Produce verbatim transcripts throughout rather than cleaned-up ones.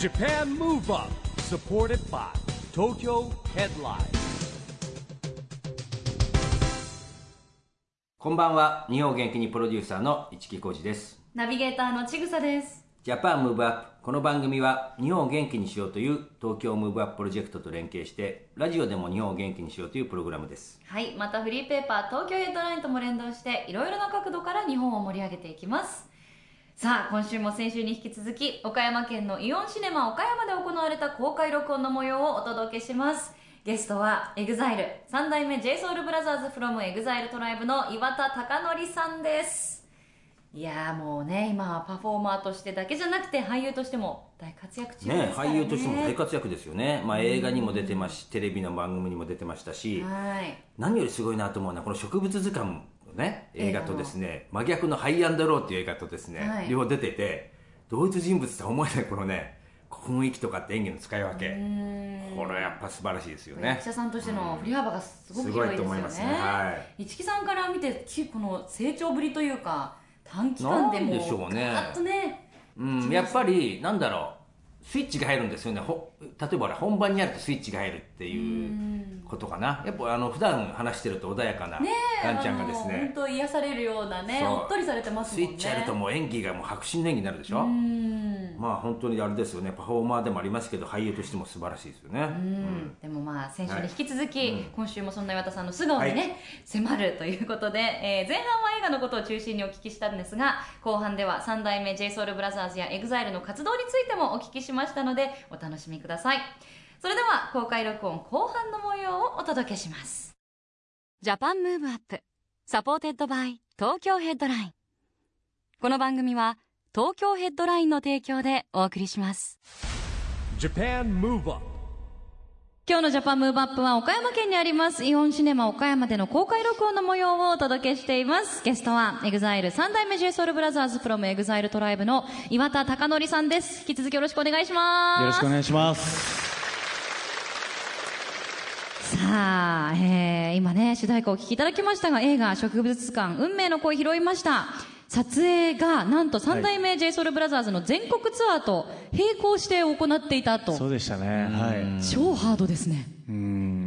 Japan Move Up supported by Tokyo Headline。 こんばんは。日本を元気にプロデューサーの市木浩司です。 ナビゲーターのちぐさです。 ジャパンムーブアップ。この番組は日本を元気にしようという東京ムーブアッププロジェクトと連携してラジオでも日本を元気にしようというプログラムです。 はい、またフリーペーパー東京ヘッドラインとも連動していろいろな角度から日本を盛り上げていきます。さあ、今週も先週に引き続き岡山県のイオンシネマ岡山で行われた公開録音の模様をお届けします。ゲストは エグザイル 三代目 ジェイソウルブラザーズ from エグザイルトライブの岩田貴則さんです。いやーもうね、今はパフォーマーとしてだけじゃなくて俳優としても大活躍中ですからね。 ね、俳優としても大活躍ですよね。まあ、映画にも出てますし、テレビの番組にも出てましたし、 はい、 何よりすごいなと思うのはこの植物図鑑のね映画とですね、真逆のハイアンドローっていう映画とですね、はい、両方出てて同一人物とは思えないこのね雰囲気とかって演技の使い分け、これはやっぱ素晴らしいですよね。 役者さんとしての振り幅がすごく広いですよね。すごいと思いますね。はい、市木さんから見てこの成長ぶりというか短期間でもうガーッとね、 うん、やっぱりなんだろうスイッチが入るんですよね。ほ例えば本番になるとスイッチが入るっていうことかな。やっぱあの普段話してると穏やかなガンちゃんがですね、 本当癒されるようなね、おっとりされてますもんね。 スイッチあるともう演技がもう迫真の演技になるでしょ。うん、まあ本当にあれですよね、パフォーマーでもありますけど俳優としても素晴らしいですよね。うん、うん、 でもまあ先週に引き続き、はい、今週もそんな岩田さんの素顔にね、はい、迫るということで、えー、前半は映画のことを中心にお聞きしたんですが、後半では三代目 ジェイソウルブラザーズや エグザイル の活動についてもお聞きしましたのでお楽しみください。それでは公開録音後半の模様をお届けします。ジャパンムーブアップサポーテッドバイ東京ヘッドライン。この番組は東京ヘッドラインの提供でお送りします。 Japan Move Up。 今日のジャパンムーブアップは岡山県にありますイオンシネマ岡山での公開録音の模様をお届けしています。ゲストは エグザイル 三代目 ジェイソウルブラザーズ from エグザイルトライブの岩田貴則さんです。引き続きよろしくお願いします。 よろしくお願いします。 さあ、えー、今ね主題歌をお聴きいただきましたが、映画植物図鑑運命の声拾いました。撮影がなんと三代目 ジェイソウルブラザーズの全国ツアーと並行して行っていたと。 そうでしたね。はい。 超ハードですね。 うん、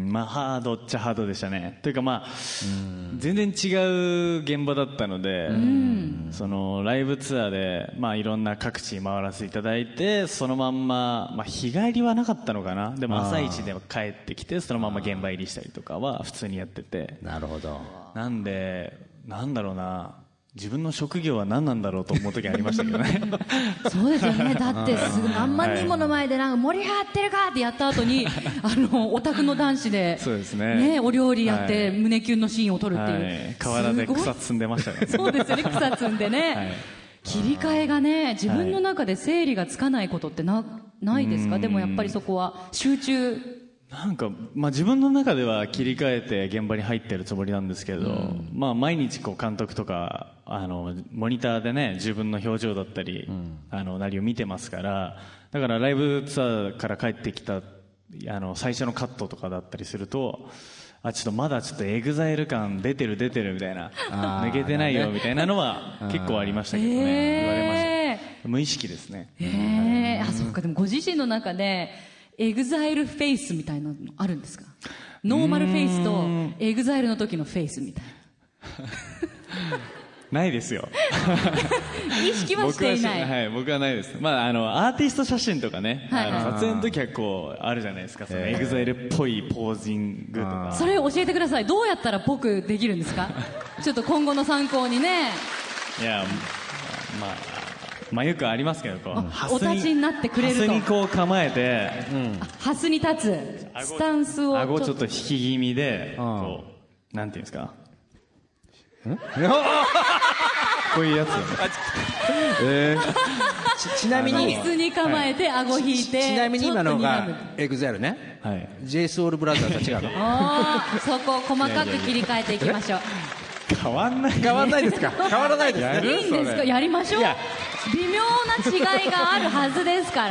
まあハードっちゃハードでしたね。というかまあ全然違う現場だったので、そのライブツアーでまあいろんな各地回らせていただいて、そのまんままあ日帰りはなかったのかな。でも朝一で帰ってきてそのまま現場入りしたりとかは普通にやってて。 なるほど。 なんでなんだろうな。自分の職業は何なんだろうと思う時ありましたけどね。 そうですよね。だってすぐ何万人もの前でなんか盛り上がってるかってやった後に、あのオタクの男子でそうですね。 ね、お料理やって胸キュンのシーンを撮るっていう、はい、 河原で草摘んでましたね。 そうですよね。草摘んでね、はい、切り替えがね自分の中で整理がつかないことって な, ないですか。でもやっぱりそこは集中なんか、まあ、自分の中では切り替えて現場に入ってるつもりなんですけど、うん、まあ、毎日こう監督とかあのモニターでね自分の表情だったり、うん、あのなりを見てますから、だからライブツアーから帰ってきたあの最初のカットとかだったりすると、あちょっとまだちょっとエグザイル感出てる出てるみたいな、抜けてないよみたいなのは結構ありましたけどね、えー、言われました。無意識ですね。 えー、あ、そっか。でもご自身の中でエグザイルフェイスみたいなのあるんですか。ノーマルフェイスとエグザイルの時のフェイスみたいな。 ないですよ。 意識はしていない。 僕は、はい、僕はないです。まあ、あのアーティスト写真とかね、はいはい、あの撮影の時はこうあるじゃないですか、そのエグザイルっぽいポージングとか。 それを教えてください。どうやったら僕できるんですか。ちょっと今後の参考にね。 いや、まあまあ、よくありますけど、こうお立ちになってくれると、 ハスにこう構えて、 うん、ハスに立つスタンスを顎ちょっと引き気味で、こうなんていうんですか、んこういうやつ、えー、ち, ちなみにハスに構えて顎引いて、 ち, ちなみに今のがエグザイルね、はい、ジェイソウルブラザーズは違うの。 そこを細かく切り替えていきましょう。 変わんない。 変わんないですか。変わらないですね。 いいんですか。やりましょう。微妙な違いがあるはずですから。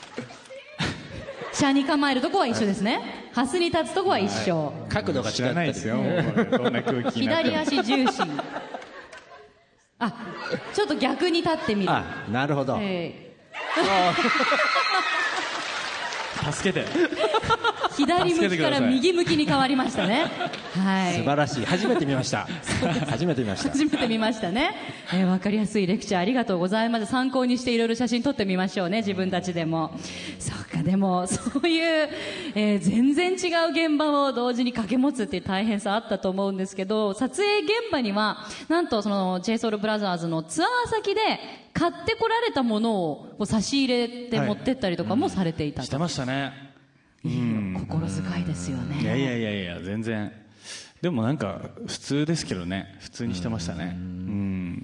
車に構えるとこは一緒ですね。ハスに立つとこは一緒。 はい、角度が違ったり。知らないですよ。 こんな空気。 左足重心。あ、ちょっと逆に立ってみる。 あ、なるほど。えー助けて左向きから右向きに変わりましたね。はい、 素晴らしい。初めて見ました初めて見ました初めて見ましたね。えー、分かりやすいレクチャーありがとうございます。参考にしていろいろ写真撮ってみましょうね、自分たちでも。そうか、でもそういう、えー、全然違う現場を同時に掛け持つっていう大変さあったと思うんですけど、撮影現場にはなんとその ジェイソウルブラザーズのツアー先で買ってこられたものを差し入れて持ってったりとかもされていたと、はい、 してましたね。 いい心遣いですよね。 いやいやいやいや、全然。でもなんか普通ですけどね、普通にしてましたね。うん、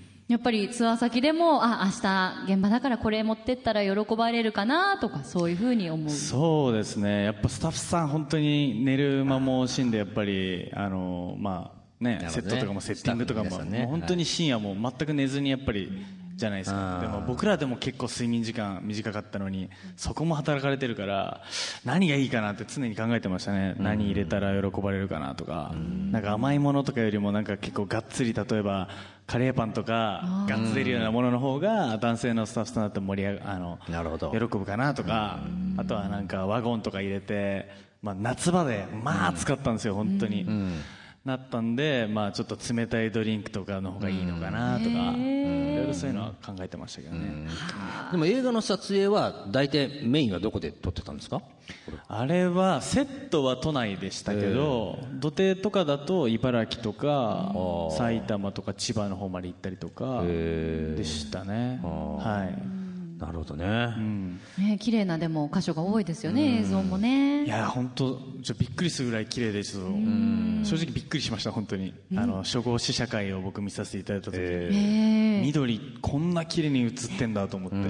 やっぱりツアー先でも、あ、明日現場だからこれ持ってったら喜ばれるかなとか、そういうふうに思う。 そうですね、やっぱスタッフさん本当に寝る間も惜しんで、やっぱりあのまあね、セットとかもセッティングとかも、ね、もう本当に深夜も全く寝ずにやっぱりじゃないですか。でも僕らでも結構睡眠時間短かったのに、そこも働かれてるから何がいいかなって常に考えてましたね。何入れたら喜ばれるかなとか、なんか甘いものとかよりもなんか結構がっつり、例えばカレーパンとかがっつりようなものの方が男性のスタッフさんだと盛り上があのなるほど喜ぶかなとか、あとはなんかワゴンとか入れて、まあ、夏場でまあ暑かったんですよ本当に。なったんで、まあ、ちょっと冷たいドリンクとかの方がいいのかなとか、いろいろそういうのは考えてましたけどね。 でも映画の撮影は大体メインはどこで撮ってたんですか？ あれはセットは都内でしたけど、土手とかだと茨城とか埼玉とか千葉の方まで行ったりとかでしたね。はい。 なるほどね。 うん、ね、綺麗なでも箇所が多いですよね、映像もね。 いや本当ちょびっくりするぐらい綺麗で、ちょっと正直びっくりしました本当に。あの初号試写会を僕見させていただいた時、緑こんな綺麗に映ってんだと思って、はい。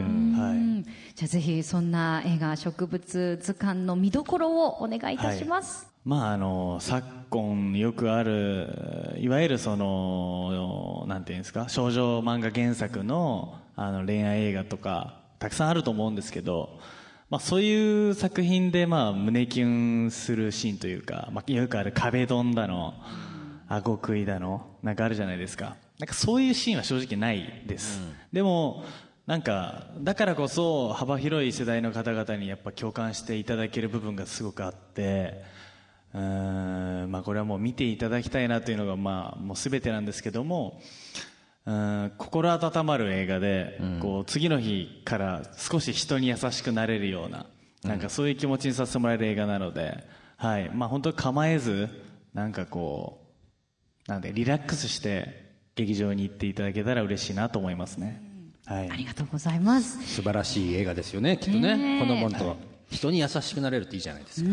じゃあぜひそんな映画植物図鑑の見どころをお願いいたします。 はい、まああの昨今よくあるいわゆるそのなんていうんですか、少女漫画原作のあの恋愛映画とかたくさんあると思うんですけど、まあ、そういう作品でまあ胸キュンするシーンというか、まあ、よくある壁ドンだの顎食いだのなんかあるじゃないですか。なんかそういうシーンは正直ないです、うん、でもなんかだからこそ幅広い世代の方々にやっぱ共感していただける部分がすごくあって、うーん、まあ、これはもう見ていただきたいなというのがまあもう全てなんですけども、うん、心温まる映画で、うん、こう次の日から少し人に優しくなれるような、なんかそういう気持ちにさせてもらえる映画なので、はい、まあ、本当に構えずなんかこうなんでリラックスして劇場に行っていただけたら嬉しいなと思いますね。はい、 ありがとうございます。 素晴らしい映画ですよね、きっとね。このもんと、はい、人に優しくなれるっていいじゃないですか。 うん、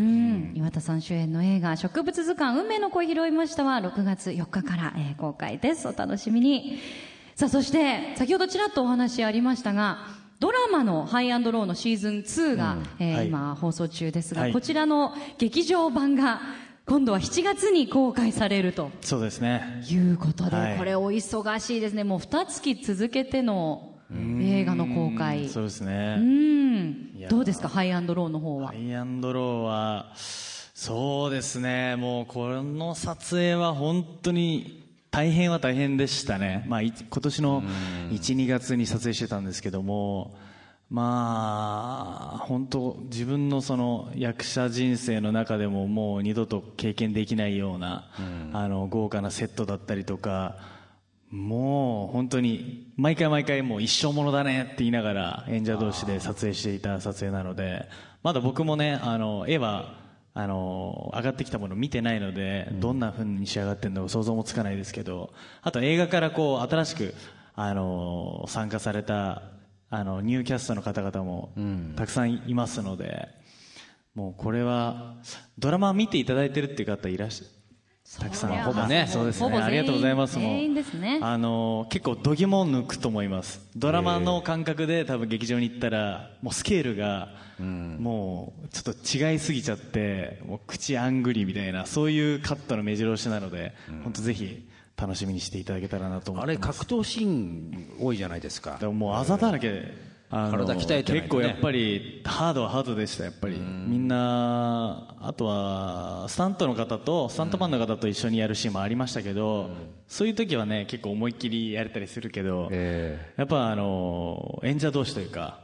岩田さん主演の映画植物図鑑運命の子拾いましたはろくがつよっかから、えー、公開です。お楽しみに。さあそして先ほどちらっとお話ありましたが、ドラマのハイアンドローのシーズンツーが、うんえーはい、今放送中ですが、はい、こちらの劇場版が今度はしちがつに公開されるとそうですねいうことで、はい、これお忙しいですね。もうにかげつ続けての映画の公開。 そうですね。 うんどうですか、ハイアンドローの方は。 ハイアンドローはそうですね、もうこの撮影は本当に大変は大変でしたね。まあ、今年のいち、にがつに撮影してたんですけども、まあ本当自分のその役者人生の中でももう二度と経験できないような、うん、あの豪華なセットだったりとか、もう本当に毎回毎回もう一生ものだねって言いながら演者同士で撮影していた撮影なので、まだ僕もねあの絵はあの上がってきたもの見てないので、どんな風に仕上がってるのか想像もつかないですけど、あと映画からこう新しくあの参加されたあのニューキャストの方々もたくさんいますので、もうこれはドラマを見ていただいてるっていう方いらっしゃるたくさん、ほぼね、そうですね、ありがとうございます。もうあの結構度肝を抜くと思います。ドラマの感覚で多分劇場に行ったらもうスケールがもうちょっと違いすぎちゃって、もう口あんぐりみたいなそういうカットの目白押しなので、うん、本当ぜひ楽しみにしていただけたらなと思ってます。 あれ格闘シーン多いじゃないですか。 でももうあざだらけで。 体鍛えてないとね、 結構やっぱりハードはハードでした。やっぱりみんな、あとはスタントの方とスタントマンの方と一緒にやるシーンもありましたけど、うん、そういう時はね結構思いっきりやれたりするけど、えー、やっぱあの演者同士というか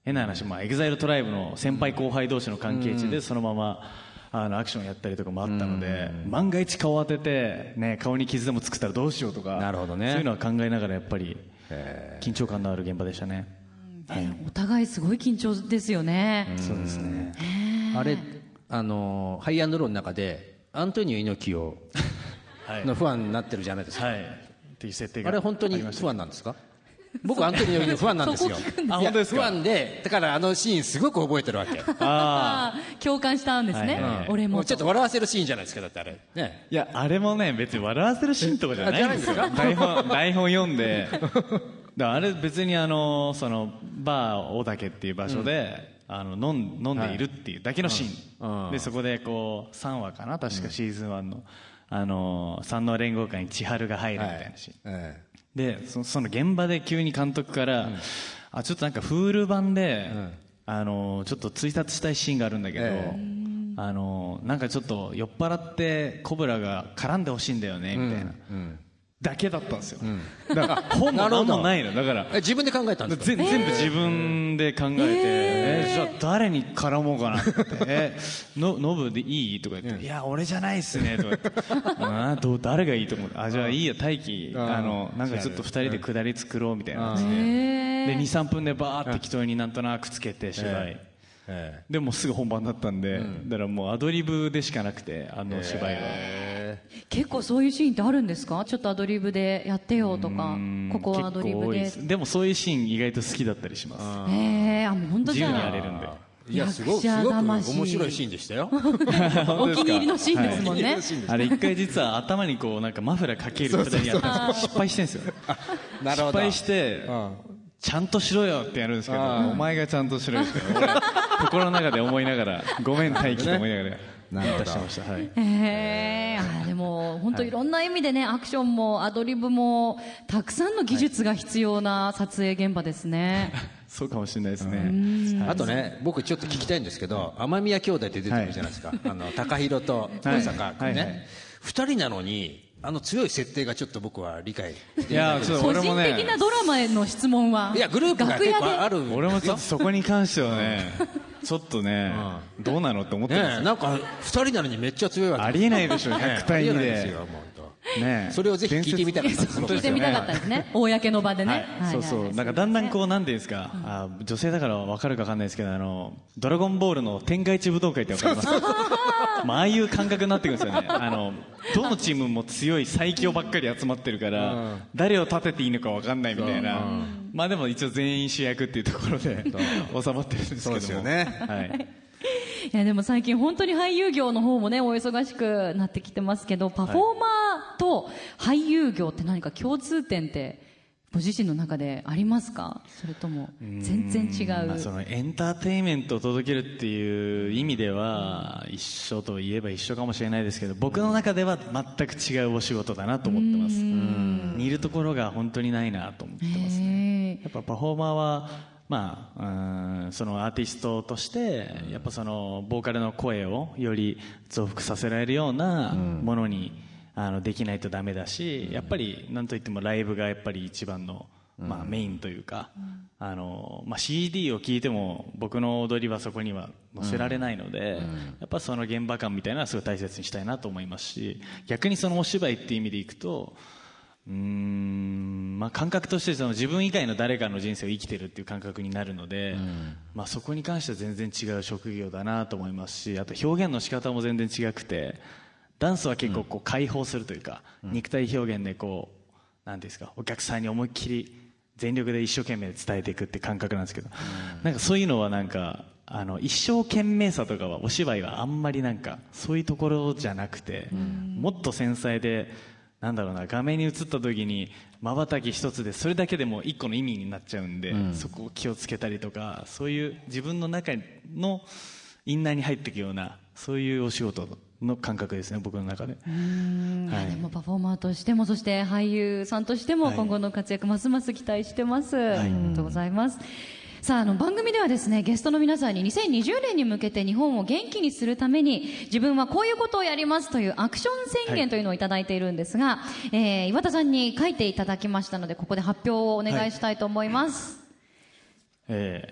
変な話、まあ、エグザイルトライブの先輩後輩同士の関係値でそのままあのアクションやったりとかもあったので、万が一顔当てて、ね、顔に傷でも作ったらどうしようとか、 なるほどね、 そういうのは考えながらやっぱり緊張感のある現場でしたね。 はい、お互いすごい緊張ですよね。 そうですね。 あれあのハイアンドローの中でアントニオ猪木をのファンになってるじゃないですか、 はい、っていう設定があれ本当にファンなんですか？僕アントニオ猪木のファンなんですよ。 あ、本当ですか？ ファンで、だからあのシーンすごく覚えてるわけ。 ああ、共感したんですね、はい、俺も。 もうちょっと笑わせるシーンじゃないですか、だってあれね。 いや、あれもね、別に笑わせるシーンとかじゃないんですよ。台本台本読んでだからあれ別にあのそのバー大竹っていう場所で、うん、あの飲ん、飲んでいるっていうだけのシーン、はい、でそこでこうさんわかな、確かシーズンワンの、あの三能連合会に千春が入るみたいなシーン、はいはい、で そ, その現場で急に監督から、うん、あちょっとなんかフール版で、うん、あのちょっと追殺したいシーンがあるんだけど、えー、あのなんかちょっと酔っ払ってコブラが絡んでほしいんだよねみたいな、うんうんだけだったんですよ、うん、だから本も何もないのだから自分で考えたんですか？ 全部自分で考えて、えーえー、じゃあ誰に絡もうかなってえー、のノブでいいとか言って、うん、いや俺じゃないっすねとか言ってあどう誰がいいと思ってあじゃあいいや大輝あのなんかちょっとふたりで下り作ろうみたいな感じで、で にさんぷんでバーって適当になんとなくつけて芝居、えーえー、でもすぐ本番だったんで、うん、だからもうアドリブでしかなくてあの芝居は、えー、結構そういうシーンってあるんですか？ちょっとアドリブでやってよとか、ここはアドリブ で, で, でもそういうシーン意外と好きだったりします。 えー、あもう本当じゃ自由にやれるんで、 いやすごくすごく面白いシーンでしたよお気に入りのシーンですもんね、はい、 あれ一回実は頭にこうなんかマフラーかけるくだりやったんですけど失敗してるんですよなるほど失敗して、うんちゃんとしろよってやるんですけど、お前がちゃんとしろよって俺心の中で思いながらごめん大輝と思いながら出してました。はい、 えー、あでも本当いろんな意味でね、アクションもアドリブもたくさんの技術が必要な撮影現場ですね。 そうかもしれないですね。 あとね、僕ちょっと聞きたいんですけど、雨宮兄弟って出てるじゃないですか、はい、あの高弘と小坂君ね、ふたりなのにあの強い設定がちょっと僕は理解いやちょっと俺もね個人的なドラマへの質問はいやグループが結構ある俺もちょっとそこに関してはねちょっとね、うん、どうなのって思ってますよ、 ね、なんかふたりなのにめっちゃ強いわけありえないでしょひゃくたいにでね、それをぜひ聞いてみたかったです聞いてみたかったですね公の場でね、 はい、そうそうなんかだんだんこうなんていうんですか、うん、あ女性だから分かるか分かんないですけどあのドラゴンボールの天下一武道会って分かりますかまあ、ああいう感覚になってくるんですよねあのどのチームも強い最強ばっかり集まってるから、うん、誰を立てていいのか分かんないみたいな、うん、まあでも一応全員主役っていうところで収まってるんですけどもそうですよね、はいいやでも最近本当に俳優業の方もねお忙しくなってきてますけどパフォーマーと俳優業って何か共通点ってご自身の中でありますか？それとも全然違う、 まあ、そのエンターテインメントを届けるっていう意味では一緒といえば一緒かもしれないですけど僕の中では全く違うお仕事だなと思ってます。似るところが本当にないなと思ってますね。やっぱパフォーマーはまあ、うんそのアーティストとしてやっぱそのボーカルの声をより増幅させられるようなものに、うん、あのできないとダメだしやっぱりなんといってもライブがやっぱり一番の、まあ、メインというか、うん、あのまあ、シーディー を聴いても僕の踊りはそこには載せられないので、うん、やっぱその現場感みたいなのはすごい大切にしたいなと思いますし逆にそのお芝居っていう意味でいくとうーんまあ、感覚としてその自分以外の誰かの人生を生きてるっていう感覚になるので、うんまあ、そこに関しては全然違う職業だなと思いますしあと表現の仕方も全然違くてダンスは結構こう解放するというか、うん、肉体表現でこうなんていうんですかお客さんに思いっきり全力で一生懸命伝えていくって感覚なんですけど、うん、なんかそういうのはなんかあの一生懸命さとかはお芝居はあんまりなんかそういうところじゃなくて、うん、もっと繊細でなんだろうな画面に映った時に瞬き一つでそれだけでも一個の意味になっちゃうんで、うん、そこを気をつけたりとかそういう自分の中のインナーに入っていくようなそういうお仕事の感覚ですね僕の中で。 うーん、はい、でもパフォーマーとしてもそして俳優さんとしても今後の活躍ますます期待してます、はい、ありがとうございます。さあ、あの番組ではですねゲストの皆さんににせんにじゅうねんに向けて日本を元気にするために自分はこういうことをやりますというアクション宣言というのをいただいているんですが、はい、えー、岩田さんに書いていただきましたのでここで発表をお願いしたいと思います、 はい、えー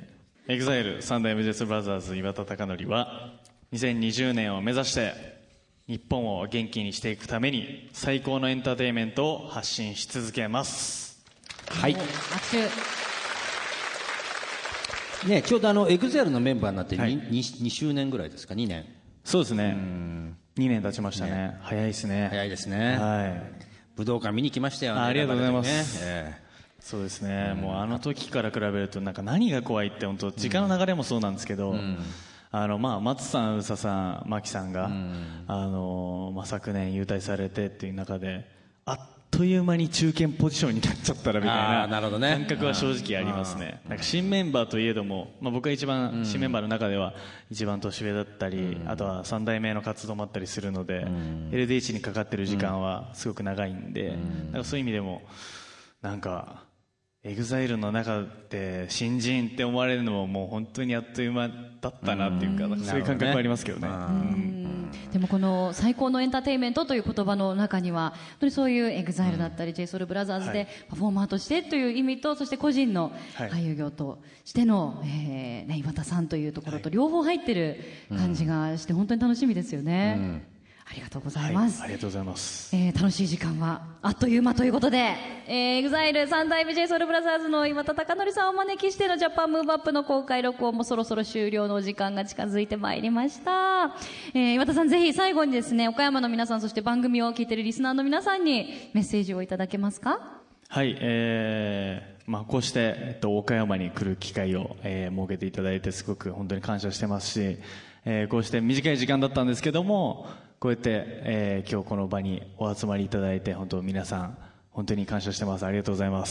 エグザイル 三代目 ジェイソウルブラザーズ岩田貴則はにせんにじゅうねんを目指して日本を元気にしていくために最高のエンターテインメントを発信し続けます。 はい、 拍手ね、ちょうどあのエグザイルのメンバーになって 2,、はい、にしゅうねんぐらいですか。にねん。 そうですね、にねん経ちましたね。ね、早いですね。 早いですね、はい、武道館見に来ましたよね。 あ, ありがとうございます、 ね、えー、そうですね、もうあの時から比べるとなんか何が怖いって本当時間の流れもそうなんですけど、うん、あのまあ松さん、宇佐さん、牧さんが、うん、あのまあ、昨年優退されてっていう中であっという間に中堅ポジションになっちゃったらみたいな感覚は正直ありますね。なんか新メンバーといえども、まあ、僕が一番新メンバーの中では一番年上だったり、あとはさん代目の活動もあったりするので エルディーエイチ にかかってる時間はすごく長いんで、なんかそういう意味でもなんかエグザイルの中で新人って思われるのももう本当にあっという間だったなっていうか、そういう感覚はありますけどね。 でもこの最高のエンターテインメントという言葉の中には本当にそういうエグザイルだったり ジェイソウルブラザーズでパフォーマーとしてという意味と、そして個人の俳優業としての、えーね、岩田さんというところと両方入ってる感じがして本当に楽しみですよね、うんうん、ありがとうございます、 はい、ありがとうございます、 えー、楽しい時間はあっという間ということで、えー、エグザイル 三代目 ジェイソウルブラザーズの岩田貴則さんをお招きしてのジャパンムーブアップの公開録音もそろそろ終了のお時間が近づいてまいりました、えー、岩田さん、ぜひ最後にですね岡山の皆さん、そして番組を聞いているリスナーの皆さんにメッセージをいただけますか。 はい、えーまあ、こうして、えっと、岡山に来る機会を、えー、設けていただいてすごく本当に感謝してますし、えー、こうして短い時間だったんですけどもこうやって、えー、今日この場にお集まりいただいて本当皆さん本当に感謝してます。ありがとうございます、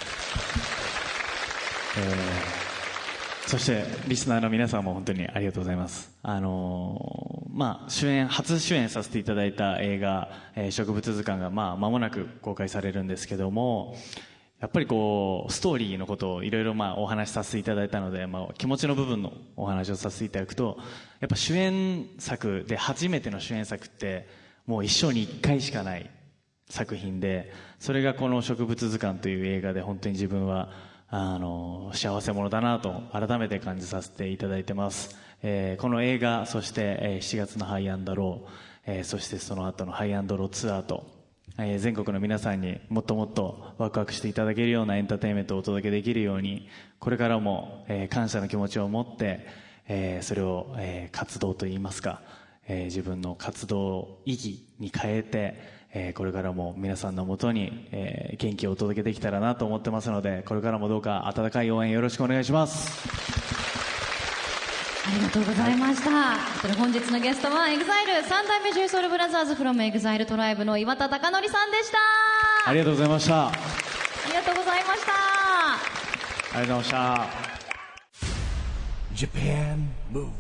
えー、そしてリスナーの皆さんも本当にありがとうございます。あのー、まあ主演初主演させていただいた映画、えー、植物図鑑がまあ間もなく公開されるんですけども、やっぱりこうストーリーのことをいろいろまあお話しさせていただいたので、まあ、気持ちの部分のお話をさせていただくと、やっぱ主演作で初めての主演作ってもう一生に一回しかない作品で、それがこの植物図鑑という映画で本当に自分はあの幸せ者だなと改めて感じさせていただいてます、えー、この映画、そして、えー、しちがつのハイアンドロー、えー、そしてその後のハイアンドローツアーと、えー、全国の皆さんにもっともっとワクワクしていただけるようなエンターテインメントをお届けできるように、これからも、えー、感謝の気持ちを持って、えー、それを、えー、活動といいますか、えー、自分の活動意義に変えて、えー、これからも皆さんのもとに、えー、元気をお届けできたらなと思ってますので、これからもどうか温かい応援よろしくお願いします。 ありがとうございました、はい、本日のゲストは エグザイル 三代目 ジェイソウルブラザーズ from エグザイルトライブの岩田貴則さんでした。 ありがとうございました。 ありがとうございました。 ありがとうございました。 Japan Move On。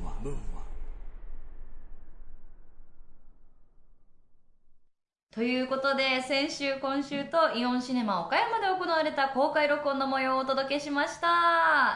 ということで、先週今週とイオンシネマ岡山で行われた公開録音の模様をお届けしました。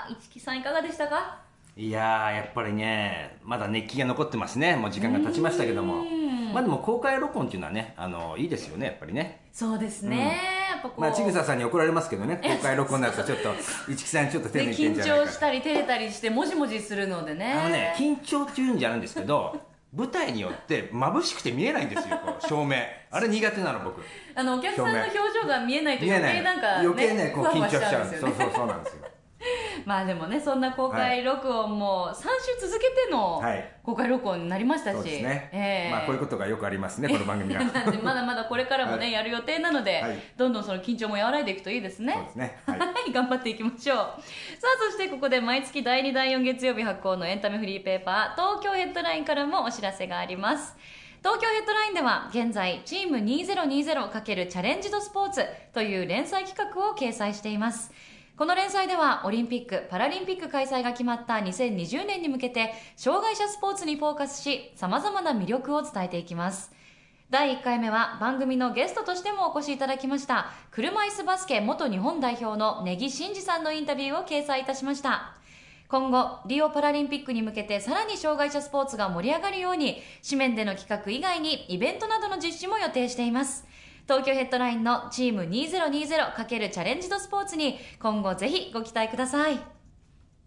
市木さんいかがでしたか。 いやーやっぱりねまだ熱気が残ってますね。もう時間が経ちましたけども、まあでも公開録音っていうのはね、あのいいですよねやっぱりね。 そうですね、うん、やっぱこうまあちぐささんに怒られますけどね、公開録音になるとちょっと市木さんちょっと手抜いてんじゃないか。 緊張したり照れたりしてもじもじするのでね。 あのね緊張っていうんじゃないんですけど舞台によって眩しくて見えないんですよこう照明。あれ苦手なの僕。 あのお客さんの表情が見えないと余計なんか、ね、 余計ねこう緊張しちゃうんですよね。そうそうそうなんですよまあでもね、そんな公開録音もさん週続けての公開録音になりましたし、 そうですね、えー、まあこういうことがよくありますねこの番組はなんでまだまだこれからもね、はい、やる予定なので、はい、どんどんその緊張も和らいでいくといいですね。 そうですね、 はい、頑張っていきましょう。さあそしてここで毎月だいにだいよん月曜日発行のエンタメフリーペーパー東京ヘッドラインからもお知らせがあります。東京ヘッドラインでは現在チーム にせんにじゅう× チャレンジドスポーツという連載企画を掲載しています。この連載ではオリンピック・パラリンピック開催が決まったにせんにじゅうねんに向けて障害者スポーツにフォーカスし、様々な魅力を伝えていきます。だいいっかいめは番組のゲストとしてもお越しいただきました車椅子バスケ元日本代表の根木慎志さんのインタビューを掲載いたしました。今後リオパラリンピックに向けてさらに障害者スポーツが盛り上がるように紙面での企画以外にイベントなどの実施も予定しています。東京ヘッドラインのチーム にせんにじゅう× チャレンジドスポーツに今後ぜひご期待ください。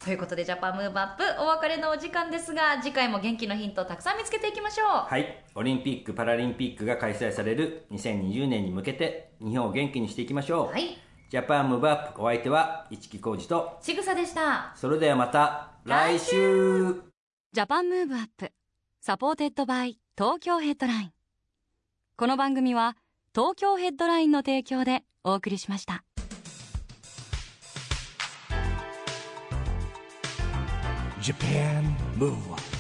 ということでジャパンムーブアップお別れのお時間ですが、次回も元気のヒントをたくさん見つけていきましょう。 はい、オリンピック・パラリンピックが開催されるにせんにじゅうねんに向けて日本を元気にしていきましょう。 はい、 ジャパンムーブアップ、お相手は市木浩二とちぐさでした。 それではまた来週。 ジャパンムーブアップサポーテッドバイ東京ヘッドライン。この番組は東京ヘッドラインの提供でお送りしました。 Japan Move Up